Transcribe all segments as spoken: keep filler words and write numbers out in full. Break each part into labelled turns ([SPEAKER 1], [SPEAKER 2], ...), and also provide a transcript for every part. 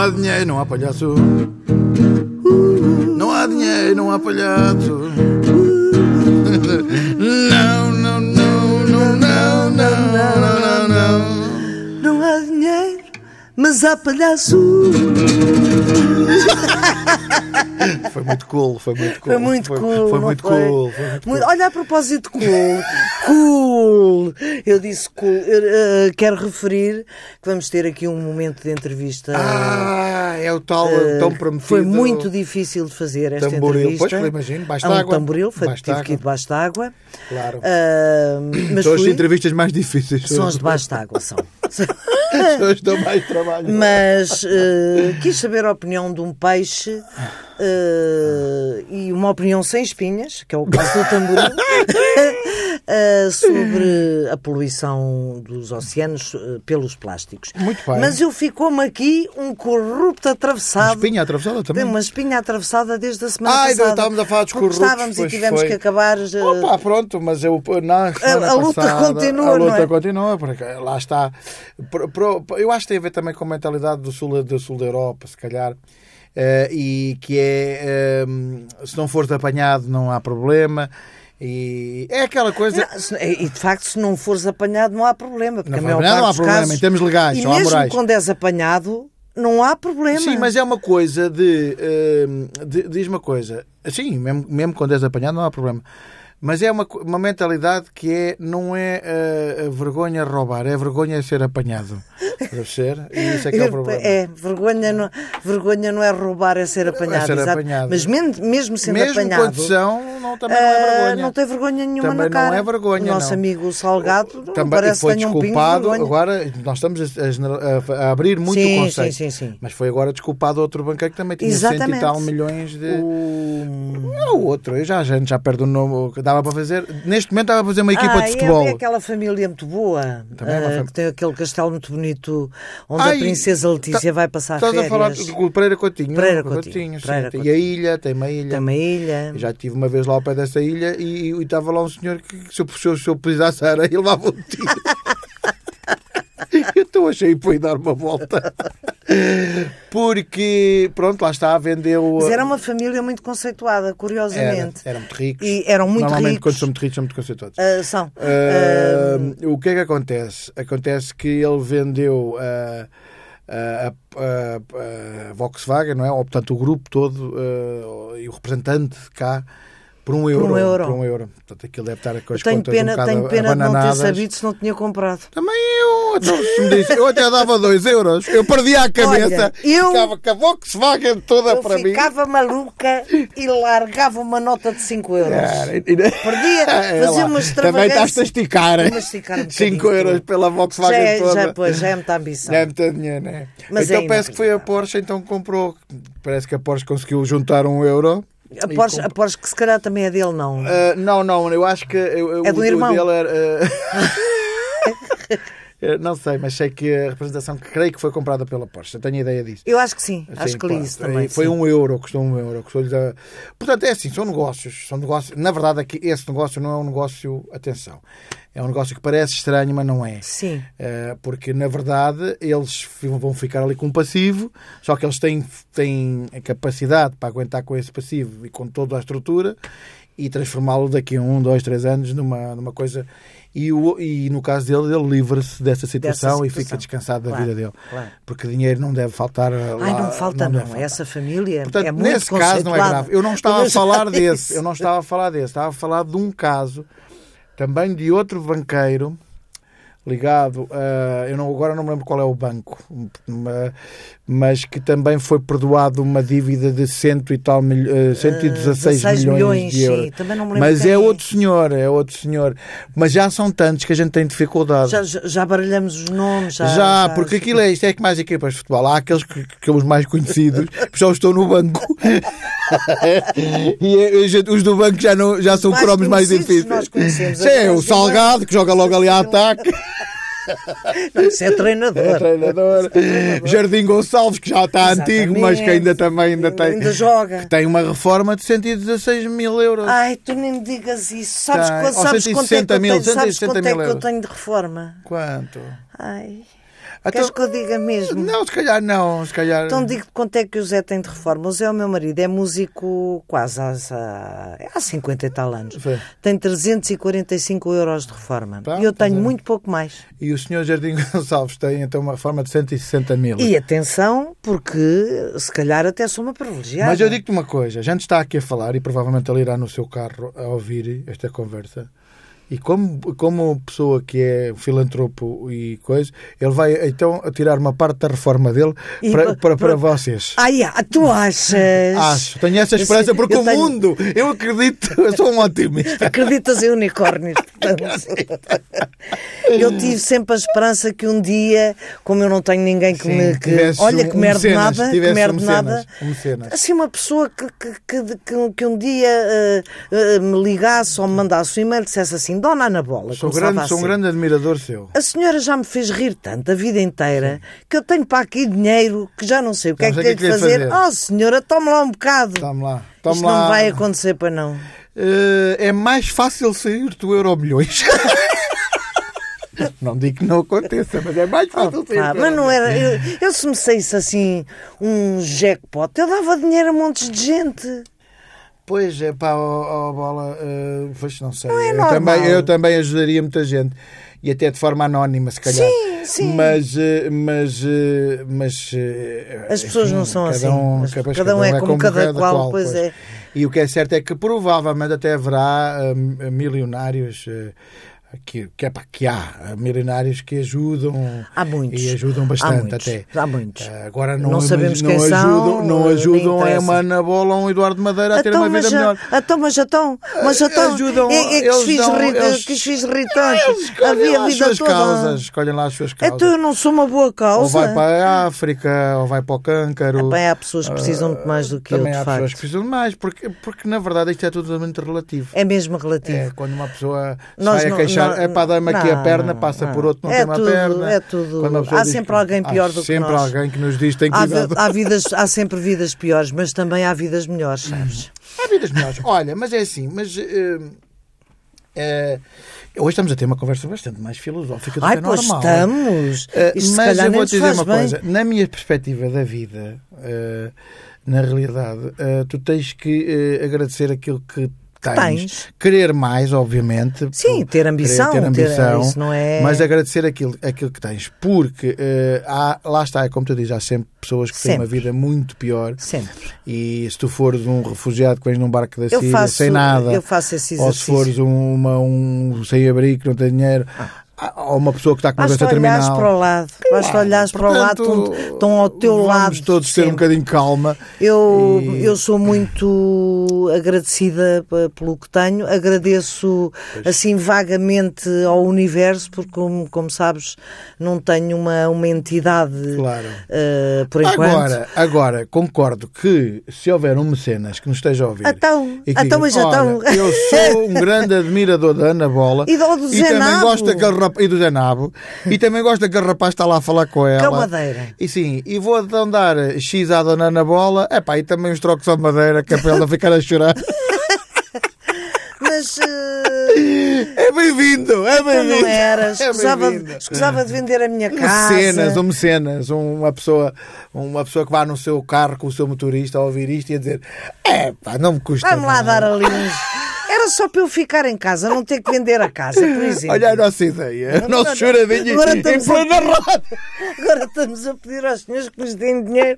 [SPEAKER 1] há dinheiro, não há palhaço. Não há dinheiro, não há palhaço. Não, não, não, não, não, não, não, não.
[SPEAKER 2] Não há dinheiro, mas há palhaço.
[SPEAKER 1] Foi muito cool, foi muito cool.
[SPEAKER 2] Foi muito
[SPEAKER 1] foi,
[SPEAKER 2] cool.
[SPEAKER 1] Foi muito
[SPEAKER 2] foi?
[SPEAKER 1] cool. Foi muito
[SPEAKER 2] Muito,
[SPEAKER 1] cool.
[SPEAKER 2] olha, a propósito de cool, cool, eu disse cool, eu, uh, quero referir que vamos ter aqui um momento de entrevista.
[SPEAKER 1] Ah, é o tal
[SPEAKER 2] uh,
[SPEAKER 1] tão prometido.
[SPEAKER 2] Foi muito difícil de fazer esta
[SPEAKER 1] tamboril.
[SPEAKER 2] entrevista.
[SPEAKER 1] Pois, imagino, baixo
[SPEAKER 2] Há
[SPEAKER 1] de
[SPEAKER 2] um
[SPEAKER 1] água.
[SPEAKER 2] tamboril, foi,
[SPEAKER 1] Baixo de
[SPEAKER 2] tive
[SPEAKER 1] água.
[SPEAKER 2] que ir debaixo de água.
[SPEAKER 1] Claro.
[SPEAKER 2] Uh, mas
[SPEAKER 1] São as
[SPEAKER 2] fui,
[SPEAKER 1] entrevistas mais difíceis.
[SPEAKER 2] são as debaixo de água, são.
[SPEAKER 1] São as que dão mais trabalho.
[SPEAKER 2] Mas uh, quis saber a opinião de um peixe uh, e uma opinião sem espinhas, que é o caso do tamboril, uh, sobre a poluição dos oceanos uh, pelos plásticos.
[SPEAKER 1] Muito bem.
[SPEAKER 2] Mas eu ficou-me aqui um corrupto atravessado.
[SPEAKER 1] Espinha atravessada também.
[SPEAKER 2] Tem uma espinha atravessada desde a semana
[SPEAKER 1] Ai,
[SPEAKER 2] passada.
[SPEAKER 1] estávamos a falar dos
[SPEAKER 2] Porque
[SPEAKER 1] corruptos.
[SPEAKER 2] Estávamos e
[SPEAKER 1] pois
[SPEAKER 2] tivemos
[SPEAKER 1] foi.
[SPEAKER 2] que acabar. Uh,
[SPEAKER 1] Opa, pronto, mas eu na semana
[SPEAKER 2] a luta
[SPEAKER 1] passada,
[SPEAKER 2] continua,
[SPEAKER 1] a luta
[SPEAKER 2] não é?
[SPEAKER 1] continua, porque lá está. Pro- pro- Eu acho que tem a ver também com a mentalidade do sul, do sul da Europa, se calhar, eh, e que é eh, se não fores apanhado não há problema. E é aquela coisa.
[SPEAKER 2] Não, se- e de facto, se não fores apanhado, não há problema. Porque
[SPEAKER 1] Não,
[SPEAKER 2] a maior
[SPEAKER 1] não há
[SPEAKER 2] parte dos
[SPEAKER 1] problema,
[SPEAKER 2] casos,
[SPEAKER 1] em termos legais,
[SPEAKER 2] e
[SPEAKER 1] só há
[SPEAKER 2] mesmo
[SPEAKER 1] morais.
[SPEAKER 2] quando és apanhado, não há problema.
[SPEAKER 1] Sim, mas é uma coisa de, eh, de- diz uma coisa. Sim, mesmo, mesmo quando és apanhado não há problema. Mas é uma, co- uma mentalidade que é, não é eh, a vergonha roubar, é a vergonha ser apanhado. Deve ser. E isso é que é o problema.
[SPEAKER 2] É, vergonha não, vergonha não é roubar, é ser apanhado.
[SPEAKER 1] ser
[SPEAKER 2] exato.
[SPEAKER 1] apanhado.
[SPEAKER 2] Mas men- mesmo sendo
[SPEAKER 1] Mesmo
[SPEAKER 2] apanhado,
[SPEAKER 1] quando são, não, também não é
[SPEAKER 2] ah,
[SPEAKER 1] vergonha.
[SPEAKER 2] não tem vergonha nenhuma
[SPEAKER 1] Também
[SPEAKER 2] na cara.
[SPEAKER 1] não é vergonha,
[SPEAKER 2] O nosso
[SPEAKER 1] não.
[SPEAKER 2] amigo Salgado não
[SPEAKER 1] Também
[SPEAKER 2] parece
[SPEAKER 1] foi
[SPEAKER 2] que tenha um pingo de
[SPEAKER 1] desculpado.
[SPEAKER 2] vergonha.
[SPEAKER 1] Agora nós estamos a, a genera- a- a abrir muito
[SPEAKER 2] Sim,
[SPEAKER 1] o conceito.
[SPEAKER 2] sim, sim, sim.
[SPEAKER 1] Mas foi agora desculpado outro banqueiro que também tinha
[SPEAKER 2] Exatamente.
[SPEAKER 1] cento e tal milhões de.
[SPEAKER 2] O...
[SPEAKER 1] É o outro, eu já, a gente já perde o nome que dava para fazer. Neste momento estava a fazer uma equipa
[SPEAKER 2] ah,
[SPEAKER 1] de futebol.
[SPEAKER 2] É, é aquela família muito boa,
[SPEAKER 1] Também é uma
[SPEAKER 2] ah,
[SPEAKER 1] fam-
[SPEAKER 2] que tem aquele castelo muito bonito onde
[SPEAKER 1] Ai,
[SPEAKER 2] a princesa Letícia
[SPEAKER 1] tá-
[SPEAKER 2] vai passar
[SPEAKER 1] Estás
[SPEAKER 2] férias.
[SPEAKER 1] a falar do Pereira Coutinho?
[SPEAKER 2] Pereira
[SPEAKER 1] não?
[SPEAKER 2] Coutinho,
[SPEAKER 1] sim.
[SPEAKER 2] Pereira
[SPEAKER 1] Tem-
[SPEAKER 2] Coutinho.
[SPEAKER 1] E a ilha, tem uma ilha.
[SPEAKER 2] Tem uma ilha.
[SPEAKER 1] Eu já estive uma vez lá ao pé dessa ilha e, e estava lá um senhor que, se eu, se eu, se eu precisasse areia, ele levava um tiro. Eu estou a cheio para ir dar uma volta. Porque, pronto, lá está, vendeu.
[SPEAKER 2] Mas era uma família muito conceituada,
[SPEAKER 1] Era,
[SPEAKER 2] curiosamente.
[SPEAKER 1] eram muito ricos.
[SPEAKER 2] E eram muito
[SPEAKER 1] Normalmente,
[SPEAKER 2] ricos.
[SPEAKER 1] quando são muito ricos, são muito conceituados.
[SPEAKER 2] Ah, são.
[SPEAKER 1] Ah, o que é que acontece? Acontece que ele vendeu a, a, a, a Volkswagen, não é? Ou, portanto, o grupo todo ah, e o representante cá por um euro.
[SPEAKER 2] um euro.
[SPEAKER 1] Por um euro. Portanto, aquilo deve estar com as
[SPEAKER 2] Eu tenho
[SPEAKER 1] contas
[SPEAKER 2] pena,
[SPEAKER 1] um bocado
[SPEAKER 2] tenho pena de não ter
[SPEAKER 1] abananadas.
[SPEAKER 2] sabido se não tinha comprado.
[SPEAKER 1] Também eu, então, se me disse, eu até dava dois euros. Eu perdia a cabeça.
[SPEAKER 2] Olha, eu-
[SPEAKER 1] Ficava com a Volkswagen toda
[SPEAKER 2] Eu
[SPEAKER 1] para mim.
[SPEAKER 2] ficava maluca e largava uma nota de cinco euros.
[SPEAKER 1] Era, e-
[SPEAKER 2] Perdia,
[SPEAKER 1] É
[SPEAKER 2] fazia
[SPEAKER 1] lá.
[SPEAKER 2] uma
[SPEAKER 1] Também
[SPEAKER 2] extravagância.
[SPEAKER 1] estás a esticar.
[SPEAKER 2] Vou-me esticar um
[SPEAKER 1] cinco
[SPEAKER 2] bocadinho.
[SPEAKER 1] euros pela
[SPEAKER 2] Já
[SPEAKER 1] Volkswagen
[SPEAKER 2] é,
[SPEAKER 1] toda.
[SPEAKER 2] já, pois, já é muita ambição.
[SPEAKER 1] É muito dinheiro, não é?
[SPEAKER 2] Mas
[SPEAKER 1] então
[SPEAKER 2] é
[SPEAKER 1] parece que foi a
[SPEAKER 2] inacreditável.
[SPEAKER 1] Porsche então que comprou. Parece que a Porsche conseguiu juntar um euro.
[SPEAKER 2] A
[SPEAKER 1] e
[SPEAKER 2] Porsche,
[SPEAKER 1] comprou.
[SPEAKER 2] a Porsche que se calhar também é dele, não.
[SPEAKER 1] Ah, não, não, eu acho que eu,
[SPEAKER 2] É do
[SPEAKER 1] o,
[SPEAKER 2] irmão.
[SPEAKER 1] o dele era. ah, eu não sei, mas sei que a representação que creio que foi comprada pela Porsche. Eu tenho ideia disso.
[SPEAKER 2] Eu acho que sim, acho
[SPEAKER 1] Sim,
[SPEAKER 2] que li
[SPEAKER 1] pá,
[SPEAKER 2] isso também.
[SPEAKER 1] Foi
[SPEAKER 2] sim.
[SPEAKER 1] um euro, custou um euro. Custou-lhes a... Portanto, é assim, são negócios, são negócios. Na verdade, aqui, esse negócio não é um negócio, atenção, é um negócio que parece estranho, mas não é.
[SPEAKER 2] Sim.
[SPEAKER 1] Uh, porque, na verdade, eles vão ficar ali com um passivo, só que eles têm, têm a capacidade para aguentar com esse passivo e com toda a estrutura e transformá-lo daqui a um, dois, três anos numa, numa coisa... E, o, e no caso dele, ele livra-se dessa situação,
[SPEAKER 2] Dessa
[SPEAKER 1] e
[SPEAKER 2] situação.
[SPEAKER 1] fica descansado da
[SPEAKER 2] Claro,
[SPEAKER 1] vida dele.
[SPEAKER 2] claro.
[SPEAKER 1] Porque dinheiro não deve faltar lá.
[SPEAKER 2] Ai, não falta não.
[SPEAKER 1] deve faltar.
[SPEAKER 2] Essa família
[SPEAKER 1] Portanto,
[SPEAKER 2] é muito
[SPEAKER 1] nesse caso não é
[SPEAKER 2] conceituada.
[SPEAKER 1] grave. Eu não estava
[SPEAKER 2] Eu
[SPEAKER 1] a
[SPEAKER 2] já
[SPEAKER 1] falar
[SPEAKER 2] disse.
[SPEAKER 1] desse. Eu não estava a falar desse. Estava a falar de um caso também de outro banqueiro ligado a... Eu não, agora não me lembro qual é o banco, mas que também foi perdoado uma dívida de cento e tal mil, cento e dezasseis
[SPEAKER 2] dezasseis
[SPEAKER 1] milhões,
[SPEAKER 2] milhões,
[SPEAKER 1] de euros.
[SPEAKER 2] sim. Também não me lembro
[SPEAKER 1] Mas
[SPEAKER 2] quem
[SPEAKER 1] é
[SPEAKER 2] é.
[SPEAKER 1] outro senhor, é outro senhor. Mas já são tantos que a gente tem dificuldade.
[SPEAKER 2] Já, já, já baralhamos os nomes. Já,
[SPEAKER 1] Já, porque aquilo é isto, é que mais equipas de futebol. Há aqueles que, que são os mais conhecidos, que só estão no banco. E a gente- os do banco já, não, já são
[SPEAKER 2] Mais
[SPEAKER 1] cromos mais
[SPEAKER 2] conhecidos,
[SPEAKER 1] difíceis.
[SPEAKER 2] nós conhecemos.
[SPEAKER 1] Sim,
[SPEAKER 2] Agora,
[SPEAKER 1] o
[SPEAKER 2] os do
[SPEAKER 1] Salgado, que joga logo ali a ataque.
[SPEAKER 2] Não, isso é treinador.
[SPEAKER 1] É treinador. Jardim Gonçalves, que já está antigo, mas que ainda também ainda tem,
[SPEAKER 2] Ainda joga.
[SPEAKER 1] que tem uma reforma de cento e dezasseis mil euros.
[SPEAKER 2] Ai, tu nem me digas isso. Sabes,
[SPEAKER 1] Tem.
[SPEAKER 2] quando,
[SPEAKER 1] Ou
[SPEAKER 2] sabes
[SPEAKER 1] cento e
[SPEAKER 2] quanto é que
[SPEAKER 1] sessenta
[SPEAKER 2] eu
[SPEAKER 1] mil,
[SPEAKER 2] tenho, sabes
[SPEAKER 1] cento e sessenta
[SPEAKER 2] quanto é que
[SPEAKER 1] mil
[SPEAKER 2] eu
[SPEAKER 1] euros.
[SPEAKER 2] tenho de reforma?
[SPEAKER 1] Quanto?
[SPEAKER 2] Ai, Queres
[SPEAKER 1] Então,
[SPEAKER 2] que eu diga mesmo?
[SPEAKER 1] não, se calhar não. Se calhar...
[SPEAKER 2] Então digo quanto é que o Zé tem de reforma. O Zé, o meu marido, é músico quase há, há cinquenta e tal anos.
[SPEAKER 1] Sim.
[SPEAKER 2] Tem trezentos e quarenta e cinco euros de reforma.
[SPEAKER 1] Pá,
[SPEAKER 2] e eu tenho
[SPEAKER 1] é.
[SPEAKER 2] muito pouco mais.
[SPEAKER 1] E o senhor Jardim Gonçalves tem então uma reforma de cento e sessenta mil.
[SPEAKER 2] E atenção, porque se calhar até sou uma privilegiada.
[SPEAKER 1] Mas eu digo-te uma coisa, a gente está aqui a falar e provavelmente ele irá no seu carro a ouvir esta conversa. E como, como pessoa que é filantropo e coisa, ele vai então tirar uma parte da reforma dele
[SPEAKER 2] E
[SPEAKER 1] para,
[SPEAKER 2] pa-
[SPEAKER 1] para, para
[SPEAKER 2] pa-
[SPEAKER 1] vocês.
[SPEAKER 2] Ai, ah, tu achas?
[SPEAKER 1] Acho, tenho essa esperança
[SPEAKER 2] Eu
[SPEAKER 1] porque o
[SPEAKER 2] tenho-
[SPEAKER 1] mundo, eu acredito, eu sou um otimista.
[SPEAKER 2] Acreditas em unicórnios, portanto. Eu tive sempre a esperança que um dia, como eu não tenho ninguém que
[SPEAKER 1] Sim,
[SPEAKER 2] me... Que,
[SPEAKER 1] tivesse
[SPEAKER 2] olha,
[SPEAKER 1] um-
[SPEAKER 2] que
[SPEAKER 1] um
[SPEAKER 2] merde
[SPEAKER 1] mecenas,
[SPEAKER 2] nada, que
[SPEAKER 1] tivesse
[SPEAKER 2] merde
[SPEAKER 1] um mecenas,
[SPEAKER 2] nada.
[SPEAKER 1] um mecenas.
[SPEAKER 2] Assim, uma pessoa que, que, que, que, que um dia eh, eh, me ligasse ou me mandasse um e-mail e dissesse assim, Dona Ana Bola,
[SPEAKER 1] Sou,
[SPEAKER 2] começava
[SPEAKER 1] grande, sou um
[SPEAKER 2] assim.
[SPEAKER 1] grande admirador seu.
[SPEAKER 2] A senhora já me fez rir tanto a vida inteira que eu tenho para aqui dinheiro que já não sei o que
[SPEAKER 1] Já
[SPEAKER 2] é
[SPEAKER 1] não
[SPEAKER 2] que
[SPEAKER 1] sei
[SPEAKER 2] tenho
[SPEAKER 1] o
[SPEAKER 2] de
[SPEAKER 1] que é de
[SPEAKER 2] fazer.
[SPEAKER 1] fazer.
[SPEAKER 2] Oh, senhora, tome lá um bocado.
[SPEAKER 1] Tome lá. Tome
[SPEAKER 2] Isto
[SPEAKER 1] lá.
[SPEAKER 2] não vai acontecer para não.
[SPEAKER 1] Eh, é mais fácil sair do Euro Milhões. Não digo que não aconteça, mas é mais fácil sair
[SPEAKER 2] Pá,
[SPEAKER 1] do
[SPEAKER 2] mas não
[SPEAKER 1] Euromilhões.
[SPEAKER 2] era. Eu, eu se me saísse assim um jackpot, eu dava dinheiro a montes de gente.
[SPEAKER 1] Pois é, pá, ó, ó, bola, eh, pois não sei.
[SPEAKER 2] é
[SPEAKER 1] eu,
[SPEAKER 2] normal.
[SPEAKER 1] também, eu também ajudaria muita gente. E até de forma anónima, se calhar.
[SPEAKER 2] Sim, sim.
[SPEAKER 1] Mas, eh, mas, eh, mas eh,
[SPEAKER 2] As pessoas
[SPEAKER 1] enfim,
[SPEAKER 2] não são
[SPEAKER 1] cada
[SPEAKER 2] assim.
[SPEAKER 1] Um,
[SPEAKER 2] As-
[SPEAKER 1] capaz,
[SPEAKER 2] cada um é como cada qual, pois é.
[SPEAKER 1] E o que é certo é que provavelmente até haverá eh, milionários. eh, Que, que, é, pá, que há milionários que ajudam
[SPEAKER 2] Há muitos.
[SPEAKER 1] e ajudam bastante
[SPEAKER 2] Há muitos.
[SPEAKER 1] até.
[SPEAKER 2] Há muitos.
[SPEAKER 1] Eh, Agora não,
[SPEAKER 2] Não sabemos
[SPEAKER 1] não
[SPEAKER 2] quem
[SPEAKER 1] ajudam,
[SPEAKER 2] são,
[SPEAKER 1] não
[SPEAKER 2] nem
[SPEAKER 1] ajudam a
[SPEAKER 2] interessa.
[SPEAKER 1] uma Ana Bola ou um Eduardo Madeira a ter uma vida
[SPEAKER 2] mas,
[SPEAKER 1] melhor.
[SPEAKER 2] Então, mas então, mas então,
[SPEAKER 1] Ajudam,
[SPEAKER 2] é, é que
[SPEAKER 1] eles
[SPEAKER 2] se fiz
[SPEAKER 1] dão-
[SPEAKER 2] rir-
[SPEAKER 1] eles-
[SPEAKER 2] que se fiz irritante.
[SPEAKER 1] Eles escolhem
[SPEAKER 2] Havia
[SPEAKER 1] lá
[SPEAKER 2] a
[SPEAKER 1] as
[SPEAKER 2] vida
[SPEAKER 1] suas
[SPEAKER 2] toda.
[SPEAKER 1] causas, escolhem lá as suas causas.
[SPEAKER 2] Então eu não sou uma boa causa.
[SPEAKER 1] Ou vai para a África, ou vai para o Câncaro.
[SPEAKER 2] Bem, há pessoas que precisam de mais do que eu,
[SPEAKER 1] Também
[SPEAKER 2] de
[SPEAKER 1] há
[SPEAKER 2] facto.
[SPEAKER 1] pessoas que precisam de mais, porque, porque na verdade isto é tudo muito relativo.
[SPEAKER 2] É mesmo relativo.
[SPEAKER 1] É, quando uma pessoa
[SPEAKER 2] Nós
[SPEAKER 1] sai
[SPEAKER 2] não-
[SPEAKER 1] a queixar,
[SPEAKER 2] não-
[SPEAKER 1] é para dar-me aqui a
[SPEAKER 2] não,
[SPEAKER 1] perna, passa
[SPEAKER 2] não.
[SPEAKER 1] por outro, não
[SPEAKER 2] É
[SPEAKER 1] tem uma
[SPEAKER 2] tudo-
[SPEAKER 1] perna.
[SPEAKER 2] é tudo-
[SPEAKER 1] Quando uma pessoa
[SPEAKER 2] há
[SPEAKER 1] diz
[SPEAKER 2] sempre
[SPEAKER 1] que-
[SPEAKER 2] alguém pior do que
[SPEAKER 1] sempre
[SPEAKER 2] nós.
[SPEAKER 1] alguém que nos diz tem
[SPEAKER 2] Há, vi-
[SPEAKER 1] cuidado.
[SPEAKER 2] há vidas, há sempre vidas piores, mas também há vidas melhores, sabes?
[SPEAKER 1] Há vidas melhores. Olha, mas é assim, mas eh, eh, hoje estamos a ter uma conversa bastante mais filosófica do
[SPEAKER 2] Ai,
[SPEAKER 1] que é
[SPEAKER 2] pois
[SPEAKER 1] normal.
[SPEAKER 2] estamos.
[SPEAKER 1] Eh,
[SPEAKER 2] Isto se
[SPEAKER 1] mas
[SPEAKER 2] calhar
[SPEAKER 1] eu
[SPEAKER 2] nem
[SPEAKER 1] vou
[SPEAKER 2] nos
[SPEAKER 1] te dizer
[SPEAKER 2] faz
[SPEAKER 1] uma
[SPEAKER 2] bem.
[SPEAKER 1] coisa, na minha perspectiva da vida, eh, na realidade, eh, tu tens que eh, agradecer aquilo que tens.
[SPEAKER 2] Tens.
[SPEAKER 1] Querer mais, obviamente.
[SPEAKER 2] Sim,
[SPEAKER 1] por-
[SPEAKER 2] ter ambição,
[SPEAKER 1] querer ter
[SPEAKER 2] ter-
[SPEAKER 1] ambição,
[SPEAKER 2] isso não é-
[SPEAKER 1] mas agradecer aquilo, aquilo que tens. Porque eh, há, lá está, é como tu dizes, há sempre pessoas que têm
[SPEAKER 2] Sempre.
[SPEAKER 1] uma vida muito pior.
[SPEAKER 2] Sempre.
[SPEAKER 1] E se tu fores um refugiado que vens num barco da
[SPEAKER 2] Eu
[SPEAKER 1] Síria
[SPEAKER 2] faço,
[SPEAKER 1] sem nada,
[SPEAKER 2] eu faço esse
[SPEAKER 1] ou se
[SPEAKER 2] exercício.
[SPEAKER 1] fores um, uma, um sem-abrigo que não tem dinheiro, ou uma pessoa que está com uma
[SPEAKER 2] Basta
[SPEAKER 1] doença
[SPEAKER 2] olhares
[SPEAKER 1] terminal.
[SPEAKER 2] para o lado. Basta olhares para o lado,
[SPEAKER 1] Portanto,
[SPEAKER 2] estão, estão ao teu
[SPEAKER 1] vamos
[SPEAKER 2] lado.
[SPEAKER 1] todos ter um
[SPEAKER 2] sempre.
[SPEAKER 1] bocadinho de calma.
[SPEAKER 2] Eu,
[SPEAKER 1] E-
[SPEAKER 2] eu sou muito agradecida p- pelo que tenho, agradeço assim vagamente ao universo, porque como, como sabes não tenho uma, uma entidade
[SPEAKER 1] Claro.
[SPEAKER 2] eh, por enquanto.
[SPEAKER 1] Agora, agora, concordo que se houver um mecenas que nos esteja a ouvir
[SPEAKER 2] Então,
[SPEAKER 1] e que
[SPEAKER 2] então,
[SPEAKER 1] diga,
[SPEAKER 2] mas
[SPEAKER 1] "Olha,
[SPEAKER 2] então."
[SPEAKER 1] eu sou um grande admirador da Ana Bola
[SPEAKER 2] E do- do
[SPEAKER 1] e
[SPEAKER 2] Zé
[SPEAKER 1] também
[SPEAKER 2] Nabo.
[SPEAKER 1] gosto daquele rapaz, e do Zé Nabo, e também gosto daquele rapaz que está lá a falar com ela.
[SPEAKER 2] Que é Madeira.
[SPEAKER 1] E sim, e vou então dar X à dona Ana Bola, epá, e também uns trocos à madeira, que é para ela ficar a chorar.
[SPEAKER 2] Mas eh,
[SPEAKER 1] É bem-vindo, é
[SPEAKER 2] então
[SPEAKER 1] bem-vindo.
[SPEAKER 2] não era,
[SPEAKER 1] É
[SPEAKER 2] escusava,
[SPEAKER 1] bem-vindo.
[SPEAKER 2] escusava de vender a minha
[SPEAKER 1] Um
[SPEAKER 2] casa.
[SPEAKER 1] mecenas, um mecenas, uma pessoa, uma pessoa que vá no seu carro com o seu motorista a ouvir isto e a dizer: é pá, não me custa.
[SPEAKER 2] Vamos lá
[SPEAKER 1] nada."
[SPEAKER 2] dar ali uns. Era só para eu ficar em casa, não ter que vender a casa, por exemplo.
[SPEAKER 1] Olha a nossa ideia, o nosso
[SPEAKER 2] Agora-
[SPEAKER 1] choradinho
[SPEAKER 2] agora
[SPEAKER 1] em
[SPEAKER 2] estamos a-
[SPEAKER 1] plena roda.
[SPEAKER 2] Agora estamos a pedir aos senhores que nos deem dinheiro.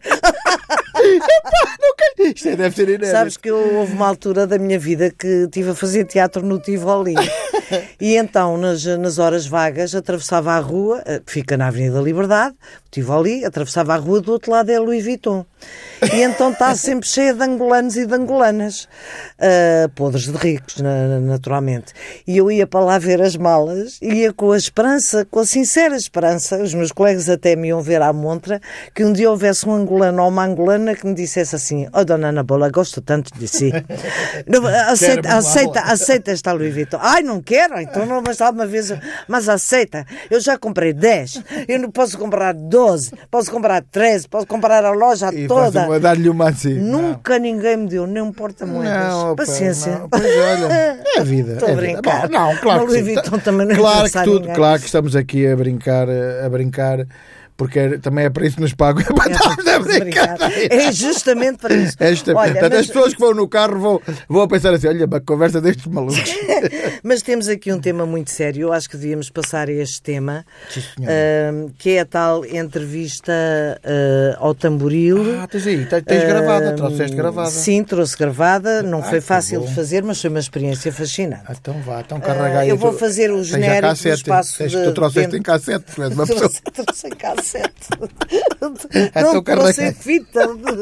[SPEAKER 1] Isto é, deve ser inédito.
[SPEAKER 2] Sabes que eu, houve uma altura da minha vida que estive a fazer teatro no Tivoli. E então, nas, nas horas vagas, atravessava a rua, eh, que fica na Avenida Liberdade, o Tivoli, atravessava a rua, do outro lado é Louis Vuitton. E então está sempre cheia de angolanos e de angolanas, uh, podres de ricos, na, naturalmente. E eu ia para lá ver as malas, ia com a esperança, com a sincera esperança, os meus colegas até me iam ver à montra, que um dia houvesse um angolano ou uma angolana que me dissesse assim: "Oh, dona Ana Bola, gosto tanto de si. Não, aceita,
[SPEAKER 1] Quero-me
[SPEAKER 2] aceita,
[SPEAKER 1] lá."
[SPEAKER 2] aceita esta Louis Vuitton." "Ai, não quero, quero, então não, mas há uma vez, mas aceita, eu já comprei dez, eu não posso comprar doze, posso comprar treze, posso comprar a loja
[SPEAKER 1] E
[SPEAKER 2] toda.
[SPEAKER 1] uma, dar-lhe uma assim.
[SPEAKER 2] Nunca não. ninguém me deu nem um porta-moedas.
[SPEAKER 1] Não,
[SPEAKER 2] Paciência.
[SPEAKER 1] Não. Pois olha, é a vida.
[SPEAKER 2] Estou
[SPEAKER 1] é
[SPEAKER 2] a brincar.
[SPEAKER 1] Bom, não, claro
[SPEAKER 2] que
[SPEAKER 1] sim.
[SPEAKER 2] também não
[SPEAKER 1] claro que tudo,
[SPEAKER 2] ninguém.
[SPEAKER 1] claro que estamos aqui a brincar, a brincar. Porque é, também é para isso que nos pagam. É para
[SPEAKER 2] é,
[SPEAKER 1] estarmos a brincar.
[SPEAKER 2] É justamente para isso.
[SPEAKER 1] É justamente.
[SPEAKER 2] Olha,
[SPEAKER 1] Portanto,
[SPEAKER 2] mas...
[SPEAKER 1] as pessoas que vão no carro vão, vão pensar assim: olha, uma conversa destes malucos.
[SPEAKER 2] Mas temos aqui um tema muito sério. Eu acho que devíamos passar a este tema,
[SPEAKER 1] Sim,
[SPEAKER 2] uh, que é a tal entrevista uh, ao Tamboril.
[SPEAKER 1] Ah, tens aí, tens gravada, uh, trouxeste gravada.
[SPEAKER 2] Sim, trouxe gravada. Não ah, foi fácil
[SPEAKER 1] bom.
[SPEAKER 2] de fazer, mas foi uma experiência fascinante.
[SPEAKER 1] Ah, então vá, então carrega aí.
[SPEAKER 2] Uh, eu vou fazer o genérico do espaço.
[SPEAKER 1] Tens,
[SPEAKER 2] de,
[SPEAKER 1] tu trouxeste
[SPEAKER 2] dentro...
[SPEAKER 1] em cassete, tu és uma pessoa.
[SPEAKER 2] Trouxe em cassete.
[SPEAKER 1] Então
[SPEAKER 2] não trouxe em fita.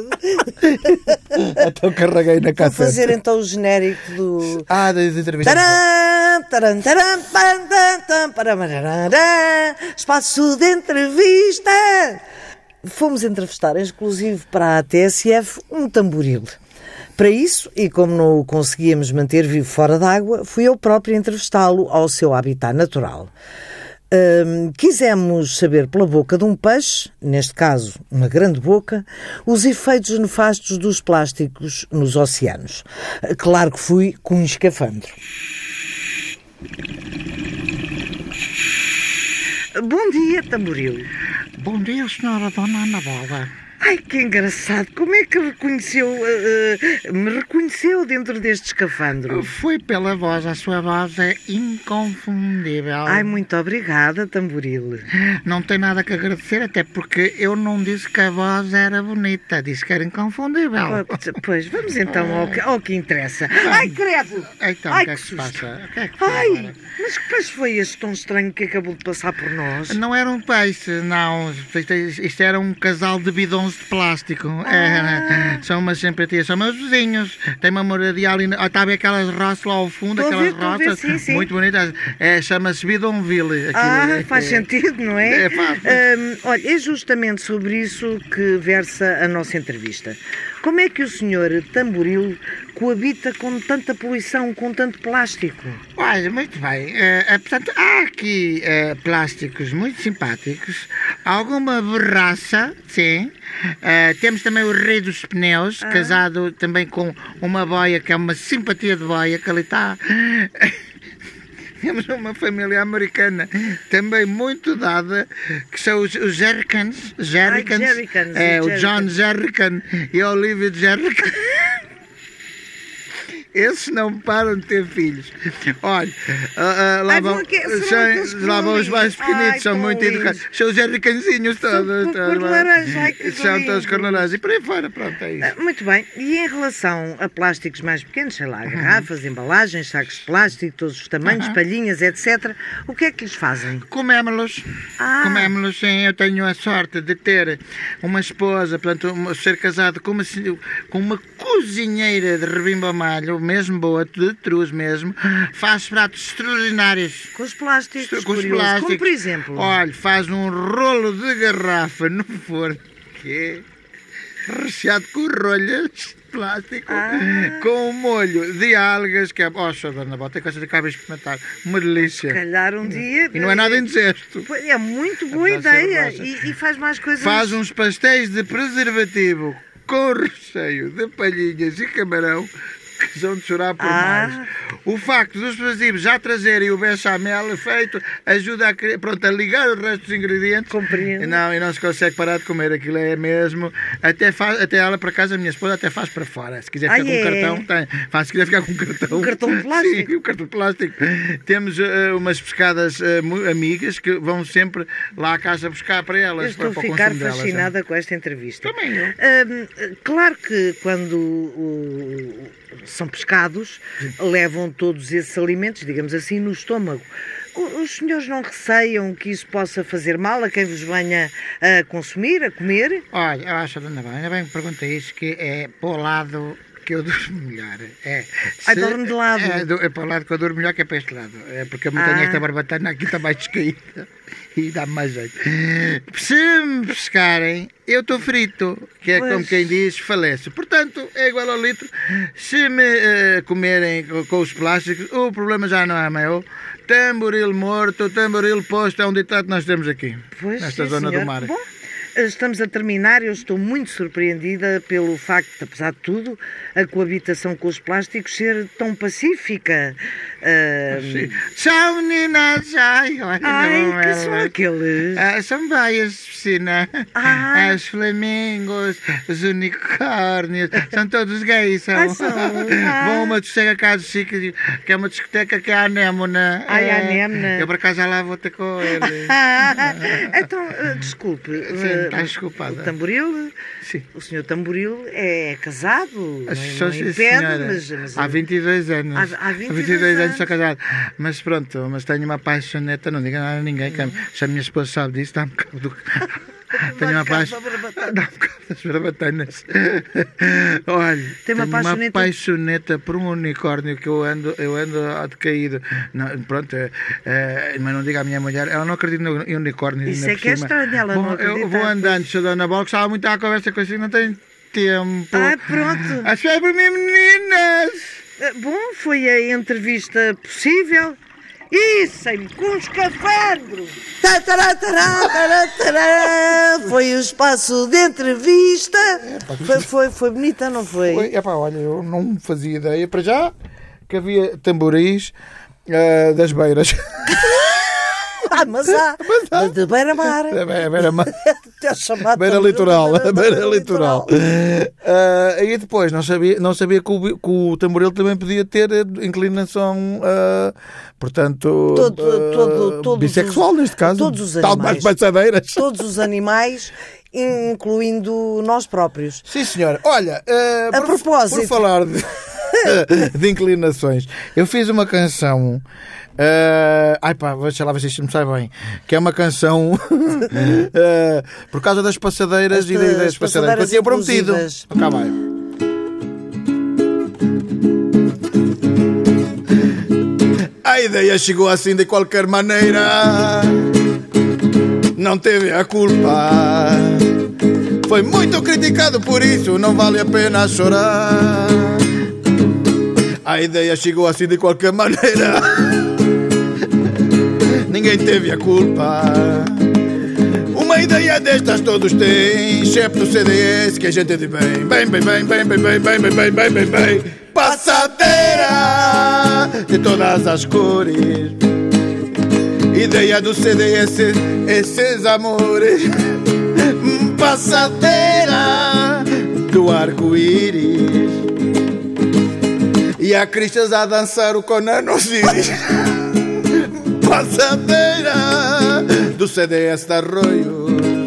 [SPEAKER 1] Então carreguei na cassete.
[SPEAKER 2] Vou fazer então o genérico do...
[SPEAKER 1] Ah, das entrevistas.
[SPEAKER 2] Taran, taran, taran, taran, taran, taran, taran, espaço de entrevista. Fomos entrevistar, exclusivo para a T S F, um tamboril. Para isso, e como não o conseguíamos manter vivo fora d'água, fui eu próprio entrevistá-lo ao seu habitat natural. Um, quisemos saber pela boca de um peixe, neste caso uma grande boca, os efeitos nefastos dos plásticos nos oceanos. Claro que fui com um escafandro. Bom dia, Tamboril.
[SPEAKER 3] Bom dia, senhora Dona Ana Bola.
[SPEAKER 2] Ai, que engraçado. Como é que reconheceu, uh, uh, me reconheceu dentro deste escafandro?
[SPEAKER 3] Foi pela voz, a sua voz é inconfundível.
[SPEAKER 2] Ai, muito obrigada, Tamboril.
[SPEAKER 3] Não tem nada que agradecer, até porque eu não disse que a voz era bonita, disse que era inconfundível.
[SPEAKER 2] Pois, vamos então ao que, ao que interessa. Ai, credo!
[SPEAKER 3] Então,
[SPEAKER 2] Ai,
[SPEAKER 3] o que é que se passa? O que é que
[SPEAKER 2] Ai,
[SPEAKER 3] agora?
[SPEAKER 2] mas que peixe foi este tão estranho que acabou de passar por nós?
[SPEAKER 3] Não era um peixe, não. Isto, isto era um casal de bidões de plástico.
[SPEAKER 2] Ah.
[SPEAKER 3] É, são umas simpatias, são meus vizinhos. Tem uma moradia ali. Oh, está a ver aquelas roças lá ao fundo,
[SPEAKER 2] Estou
[SPEAKER 3] aquelas
[SPEAKER 2] ver,
[SPEAKER 3] roças
[SPEAKER 2] sim, sim.
[SPEAKER 3] muito bonitas. É, chama-se Bidonville. Aquilo,
[SPEAKER 2] Ah,
[SPEAKER 3] é,
[SPEAKER 2] faz
[SPEAKER 3] é,
[SPEAKER 2] sentido, não é?
[SPEAKER 3] É, faz.
[SPEAKER 2] Um, olha, é justamente sobre isso que versa a nossa entrevista. Como é que o senhor Tamboril coabita com tanta poluição, com tanto plástico?
[SPEAKER 3] Olha, muito bem. É, é, portanto, há aqui é, plásticos muito simpáticos, alguma borracha, sim. É, temos também o rei dos pneus, ah. casado também com uma boia, que é uma simpatia de boia, que ali está... Temos uma família americana também muito dada, que são os, os Jerricans. Jerricans.
[SPEAKER 2] Ai, Jerricans,
[SPEAKER 3] é, o
[SPEAKER 2] Jerricans.
[SPEAKER 3] John Jerrican e a Olivia Jerrican. Esses não param de ter filhos. Olha, uh, uh, lá,
[SPEAKER 2] Ai,
[SPEAKER 3] vão,
[SPEAKER 2] que,
[SPEAKER 3] são, lá vão os mais pequenitos,
[SPEAKER 2] Ai,
[SPEAKER 3] são muito
[SPEAKER 2] lindos.
[SPEAKER 3] educados. São os Jerricanzinhos todos.
[SPEAKER 2] São cor de laranja, ai, que
[SPEAKER 3] São
[SPEAKER 2] lindo.
[SPEAKER 3] todos cor de laranja. E por aí fora, pronto, é isso.
[SPEAKER 2] Muito bem. E em relação a plásticos mais pequenos, sei lá, garrafas, embalagens, sacos de plástico, todos os tamanhos,
[SPEAKER 3] Uhum.
[SPEAKER 2] palhinhas, etcétera, o que é que lhes fazem?
[SPEAKER 3] Comemos-los.
[SPEAKER 2] Ah.
[SPEAKER 3] Comemos-los, sim. Eu tenho a sorte de ter uma esposa, portanto, uma- ser casado com uma, se- com uma cozinheira de rebimbamalho, mesmo boa, de truz mesmo, faz pratos extraordinários.
[SPEAKER 2] Com os plásticos,
[SPEAKER 3] Com os
[SPEAKER 2] curioso.
[SPEAKER 3] plásticos.
[SPEAKER 2] Como por exemplo?
[SPEAKER 3] Olha, faz um rolo de garrafa no forno, que é recheado com rolhas de plástico,
[SPEAKER 2] Ah.
[SPEAKER 3] com um molho de algas, que é... Oh, só dona Bota, tem coisa de acaba de experimentar. Uma delícia.
[SPEAKER 2] Calhar um dia...
[SPEAKER 3] E não é nada indigesto.
[SPEAKER 2] Pois, é muito boa
[SPEAKER 3] Apesar de ser
[SPEAKER 2] ideia.
[SPEAKER 3] rosa.
[SPEAKER 2] E, e faz mais coisas.
[SPEAKER 3] Faz uns pastéis de preservativo com recheio de palhinhas e camarão, que são de chorar por
[SPEAKER 2] Ah.
[SPEAKER 3] mais. O facto dos preservativos já trazerem o bechamel feito ajuda a, cri- pronto, a ligar o resto dos ingredientes.
[SPEAKER 2] Compreendo.
[SPEAKER 3] Não, e não se consegue parar de comer. Aquilo é mesmo. Até, faz, até ela, por acaso, a minha esposa até faz para fora. Se quiser ficar
[SPEAKER 2] Ah,
[SPEAKER 3] com
[SPEAKER 2] é?
[SPEAKER 3] um cartão, tem. Faz, se quiser ficar com um cartão.
[SPEAKER 2] Um cartão de plástico?
[SPEAKER 3] Sim, um cartão de plástico. Temos uh, umas pescadas uh, mu- amigas que vão sempre lá à casa buscar para elas.
[SPEAKER 2] Eu estou a
[SPEAKER 3] para, para o
[SPEAKER 2] ficar
[SPEAKER 3] consumo delas,
[SPEAKER 2] fascinada
[SPEAKER 3] é.
[SPEAKER 2] com esta entrevista.
[SPEAKER 3] Também eu.
[SPEAKER 2] Hum, claro que quando o- o- são pescados, levam todos esses alimentos, digamos assim, no estômago. O- Os senhores não receiam que isso possa fazer mal a quem vos venha a consumir, a comer?
[SPEAKER 3] Olha, eu acho, dona Bem, ainda bem que pergunta isso, que é para o lado que eu durmo melhor. É,
[SPEAKER 2] Ai,
[SPEAKER 3] Se-
[SPEAKER 2] dorme de lado.
[SPEAKER 3] É, do- é para o lado que eu durmo melhor, que é para este lado. É porque eu me
[SPEAKER 2] Ah.
[SPEAKER 3] tenho esta barbatana aqui, está mais descaída. E dá-me mais jeito. Se me pescarem, eu estou frito, que é
[SPEAKER 2] Pois.
[SPEAKER 3] como quem diz, faleço. Portanto, é igual ao litro. Se me eh, comerem co- com os plásticos, o problema já não é meu.
[SPEAKER 1] tamboril morto, tamboril posto, é um ditado que nós temos aqui,
[SPEAKER 2] Pois,
[SPEAKER 1] nesta
[SPEAKER 2] sim,
[SPEAKER 1] zona
[SPEAKER 2] senhor.
[SPEAKER 1] do mar.
[SPEAKER 2] Bom, estamos a terminar. Eu estou muito surpreendida pelo facto, apesar de tudo, a coabitação com os plásticos ser tão pacífica. Ah,
[SPEAKER 3] Tchau, meninas! Ai, olha,
[SPEAKER 2] ai,
[SPEAKER 3] não
[SPEAKER 2] que
[SPEAKER 3] é,
[SPEAKER 2] são
[SPEAKER 3] é.
[SPEAKER 2] aqueles?
[SPEAKER 3] Ah, são baias de piscina.
[SPEAKER 2] Ah.
[SPEAKER 3] Os flamingos, os unicórnios, são todos gays. São.
[SPEAKER 2] Ah, são. Ah.
[SPEAKER 3] Vão a uma discoteca cá do Chico, que é uma discoteca que é a Anémona.
[SPEAKER 2] Ai, a
[SPEAKER 3] É,
[SPEAKER 2] Anémona.
[SPEAKER 3] Eu por acaso já lá vou ter com ele.
[SPEAKER 2] Ah, então, ah, desculpe.
[SPEAKER 3] Sim,
[SPEAKER 2] ah,
[SPEAKER 3] está desculpada.
[SPEAKER 2] O Tamboril,
[SPEAKER 3] Sim.
[SPEAKER 2] o senhor Tamboril é casado,
[SPEAKER 3] As
[SPEAKER 2] não,
[SPEAKER 3] pessoas,
[SPEAKER 2] não
[SPEAKER 3] sim,
[SPEAKER 2] impede,
[SPEAKER 3] senhora.
[SPEAKER 2] mas, mas
[SPEAKER 3] Há vinte e dois anos.
[SPEAKER 2] Há- há vinte e dois
[SPEAKER 3] anos
[SPEAKER 2] anos.
[SPEAKER 3] sou casado. Mas pronto, mas tenho uma paixoneta, não diga nada a ninguém, que a- se a minha esposa sabe disso, dá-me cabo do... Tenho uma paixão. Dá-me cabo das barbatanas. Olha,
[SPEAKER 2] Tem uma
[SPEAKER 3] tenho uma
[SPEAKER 2] paixoneta-
[SPEAKER 3] paixoneta por um unicórnio que eu ando, eu ando a decaído. Não, pronto, é, é, mas não diga à minha mulher, ela não acredita em unicórnios.
[SPEAKER 2] Isso
[SPEAKER 3] ainda
[SPEAKER 2] é
[SPEAKER 3] por
[SPEAKER 2] que é
[SPEAKER 3] cima.
[SPEAKER 2] estranho, ela não
[SPEAKER 3] Bom, eu
[SPEAKER 2] acredita,
[SPEAKER 3] vou andando, sou Dona Bola, gostava muito à conversa com assim, não tenho tempo.
[SPEAKER 2] Ah, pronto.
[SPEAKER 3] Ah, espera por mim, meninas!
[SPEAKER 2] Ah, Bom, foi a entrevista possível. E sem com escafandro. Tá, tará, tará, tará, tará. Foi o espaço de entrevista. Foi, foi, foi bonita, não foi?
[SPEAKER 1] Oi, epá, olha, eu não fazia ideia, para já, que havia tamboris ah, das beiras.
[SPEAKER 2] Ah, mas há. Mas de beira-mar.
[SPEAKER 1] A beira, a beira,
[SPEAKER 2] Até chamado
[SPEAKER 1] beira
[SPEAKER 2] tamboril
[SPEAKER 1] litoral,
[SPEAKER 2] de
[SPEAKER 1] a beira litoral. Ah, e depois, não sabia, não sabia que, o, que o tamboril também podia ter inclinação, ah, portanto,
[SPEAKER 2] Todo-
[SPEAKER 1] ah,
[SPEAKER 2] todo- todos
[SPEAKER 1] bissexual
[SPEAKER 2] os-
[SPEAKER 1] neste caso.
[SPEAKER 2] todos os
[SPEAKER 1] Tal como as
[SPEAKER 2] animais.
[SPEAKER 1] passadeiras.
[SPEAKER 2] Todos os animais, incluindo nós próprios.
[SPEAKER 1] Sim, senhora. Olha, ah,
[SPEAKER 2] A
[SPEAKER 1] por,
[SPEAKER 2] propósito.
[SPEAKER 1] por falar de, de inclinações, eu fiz uma canção. ah, ai pá, deixa lá ver se isto me sai bem. Que é uma canção ah, por causa das passadeiras
[SPEAKER 2] As
[SPEAKER 1] e das, das
[SPEAKER 2] passadeiras
[SPEAKER 1] passadeiras que eu tinha prometido.
[SPEAKER 2] inclusivas.
[SPEAKER 1] Cá vai. A ideia chegou assim de qualquer maneira, não teve a culpa. Foi muito criticado, por isso não vale a pena chorar. A ideia chegou assim de qualquer maneira, ninguém teve a culpa. Uma ideia destas todos têm, excepto o C D S que a gente diz bem, bem, bem, bem, bem, bem, bem, bem, bem, bem, bem, bem, bem. Passadeira de todas as cores. Ideia do C D S, esses amores. Passadeira do arco-íris. E a Cristas a dançar o Conan Osiris. Passadeira do C D S da Arroio.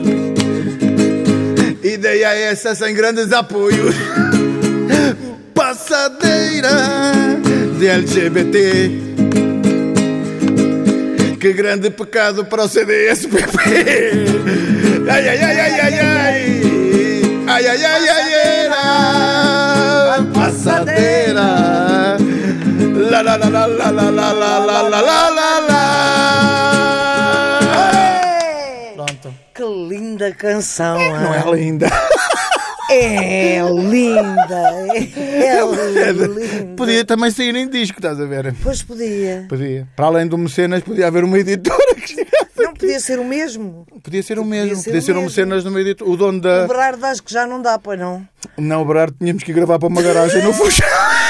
[SPEAKER 1] Ideia essa sem grandes apoios. Passadeira de L G B T. Que grande pecado para o C D S P P. Ai, ai, ai, ai, ai, ai. Ai, ai, ai, ai, era passadeira. La la la la la la la la la la la la la. Pronto.
[SPEAKER 2] Que linda canção.
[SPEAKER 1] Não é linda?
[SPEAKER 2] É linda. É linda.
[SPEAKER 1] Podia também sair em disco, estás a ver?
[SPEAKER 2] Pois podia.
[SPEAKER 1] Podia. Para além do Mecenas, podia haver uma editora que chegasse.
[SPEAKER 2] Não podia ser o mesmo.
[SPEAKER 1] Podia ser o
[SPEAKER 2] Podia
[SPEAKER 1] mesmo.
[SPEAKER 2] ser
[SPEAKER 1] Podia
[SPEAKER 2] o
[SPEAKER 1] ser um
[SPEAKER 2] mesmo.
[SPEAKER 1] Mecenas numa editora. O dono
[SPEAKER 2] O
[SPEAKER 1] da.
[SPEAKER 2] Berardo acho que já não dá, pois não.
[SPEAKER 1] Não, o Berardo tínhamos que gravar para uma garagem no Funchal.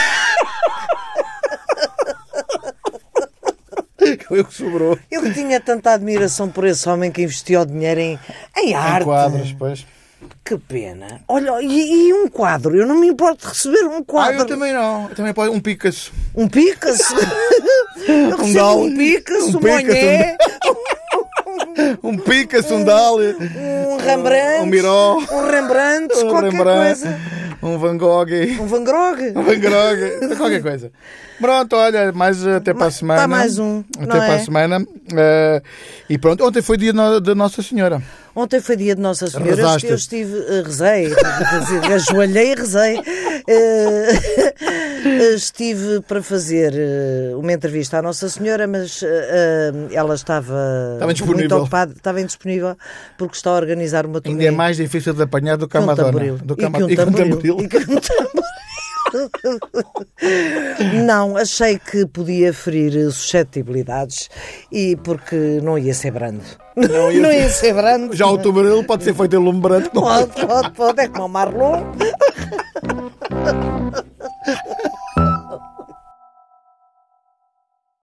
[SPEAKER 1] Foi o que sobrou.
[SPEAKER 2] Ele tinha tanta admiração por esse homem que investiu o dinheiro em, em arte.
[SPEAKER 1] Em quadros, pois.
[SPEAKER 2] Que pena. Olha, e, e um quadro? Eu não me importo de receber um
[SPEAKER 1] Ah,
[SPEAKER 2] quadro.
[SPEAKER 1] eu também não. Eu também pode um Picasso.
[SPEAKER 2] Um Picasso? Eu recebo
[SPEAKER 1] Dali.
[SPEAKER 2] um Picasso,
[SPEAKER 1] Um
[SPEAKER 2] um
[SPEAKER 1] Picasso,
[SPEAKER 2] Monet,
[SPEAKER 1] Um Picasso, um Dali.
[SPEAKER 2] um Rembrandt,
[SPEAKER 1] Um Miró.
[SPEAKER 2] um Rembrandt,
[SPEAKER 1] Um
[SPEAKER 2] qualquer
[SPEAKER 1] Rembrandt,
[SPEAKER 2] coisa.
[SPEAKER 1] Um Van Gogh.
[SPEAKER 2] Um Van Gogh.
[SPEAKER 1] Um Van Gogh. Qualquer coisa. Pronto, olha, mais até para a semana.
[SPEAKER 2] Tá mais um,
[SPEAKER 1] Até
[SPEAKER 2] não
[SPEAKER 1] para
[SPEAKER 2] é?
[SPEAKER 1] a semana. Eh, e pronto, ontem foi dia no- de Nossa Senhora.
[SPEAKER 2] Ontem foi dia de Nossa Senhora. Eu,
[SPEAKER 1] Rezaste?
[SPEAKER 2] eu estive, eh, rezei, quer dizer, ajoelhei e rezei. Eh, estive para fazer eh, uma entrevista à Nossa Senhora, mas eh, eh, ela estava,
[SPEAKER 1] Estava indisponível.
[SPEAKER 2] muito ocupada, estava indisponível porque está a organizar uma turnê.
[SPEAKER 1] Ainda é mais difícil de apanhar do que a
[SPEAKER 2] com um
[SPEAKER 1] Madonna.
[SPEAKER 2] tamboril.
[SPEAKER 1] Do
[SPEAKER 2] E
[SPEAKER 1] que a
[SPEAKER 2] que um
[SPEAKER 1] Ma- e com um
[SPEAKER 2] tamboril.
[SPEAKER 1] tamboril.
[SPEAKER 2] E que um tamboril. Não, achei que podia ferir suscetibilidades e porque não ia ser brando. Não ia,
[SPEAKER 1] Não ia
[SPEAKER 2] ser... ser brando.
[SPEAKER 1] Já o tubarão pode ser feito em lume branco.
[SPEAKER 2] Pode, pode, pode, é como o Marlon.